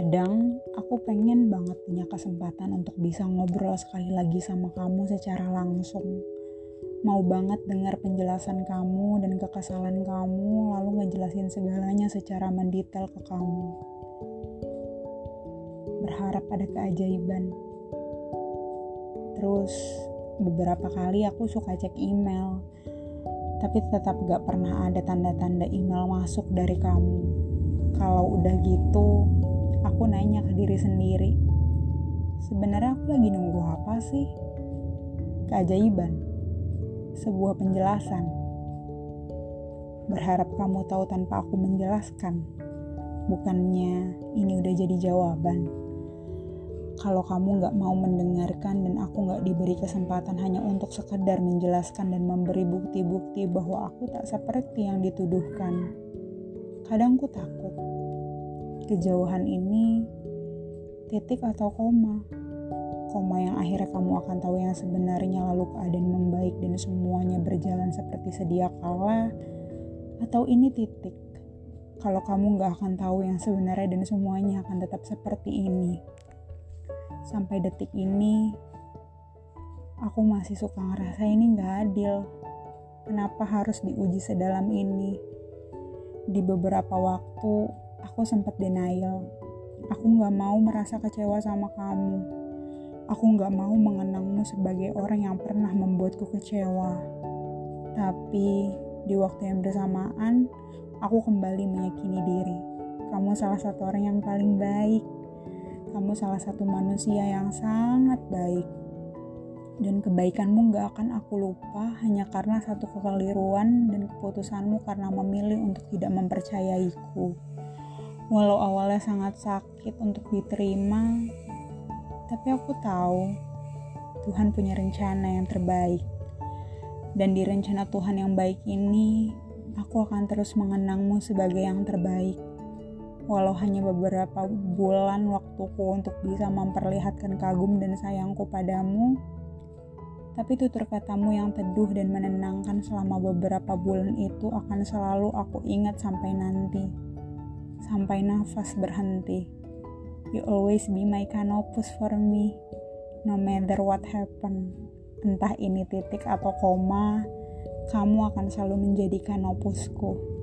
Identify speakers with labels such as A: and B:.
A: Kadang aku pengen banget punya kesempatan untuk bisa ngobrol sekali lagi sama kamu secara langsung. Mau banget dengar penjelasan kamu dan kekesalan kamu, lalu ngejelasin segalanya secara mendetail ke kamu. Berharap ada keajaiban. Terus beberapa kali aku suka cek email, tapi tetap gak pernah ada tanda-tanda email masuk dari kamu. Kalau udah gitu, aku nanya ke diri sendiri, sebenarnya aku lagi nunggu apa sih? Keajaiban? Sebuah penjelasan? Berharap kamu tahu tanpa aku menjelaskan. Bukannya ini udah jadi jawaban. Kalau kamu gak mau mendengarkan dan aku gak diberi kesempatan hanya untuk sekedar menjelaskan dan memberi bukti-bukti bahwa aku tak seperti yang dituduhkan. Kadang ku takut. Kejauhan ini titik atau koma. Koma yang akhirnya kamu akan tahu yang sebenarnya, lalu keadaan membaik dan semuanya berjalan seperti sedia kala. Atau ini titik. Kalau kamu gak akan tahu yang sebenarnya dan semuanya akan tetap seperti ini. Sampai detik ini, aku masih suka ngerasa ini gak adil. Kenapa harus diuji sedalam ini? Di beberapa waktu, aku sempat denial. Aku gak mau merasa kecewa sama kamu. Aku gak mau mengenangmu sebagai orang yang pernah membuatku kecewa. Tapi, di waktu yang bersamaan, aku kembali meyakini diri. Kamu salah satu orang yang paling baik. Kamu salah satu manusia yang sangat baik. Dan kebaikanmu gak akan aku lupa hanya karena satu kekeliruan dan keputusanmu karena memilih untuk tidak mempercayaiku. Walau awalnya sangat sakit untuk diterima, tapi aku tahu Tuhan punya rencana yang terbaik. Dan di rencana Tuhan yang baik ini, aku akan terus mengenangmu sebagai yang terbaik. Walau hanya beberapa bulan waktuku untuk bisa memperlihatkan kagum dan sayangku padamu, tapi tutur katamu yang teduh dan menenangkan selama beberapa bulan itu akan selalu aku ingat sampai nanti. Sampai nafas berhenti. You always be my canopus for me, no matter what happen. Entah ini titik atau koma, kamu akan selalu menjadi canopusku.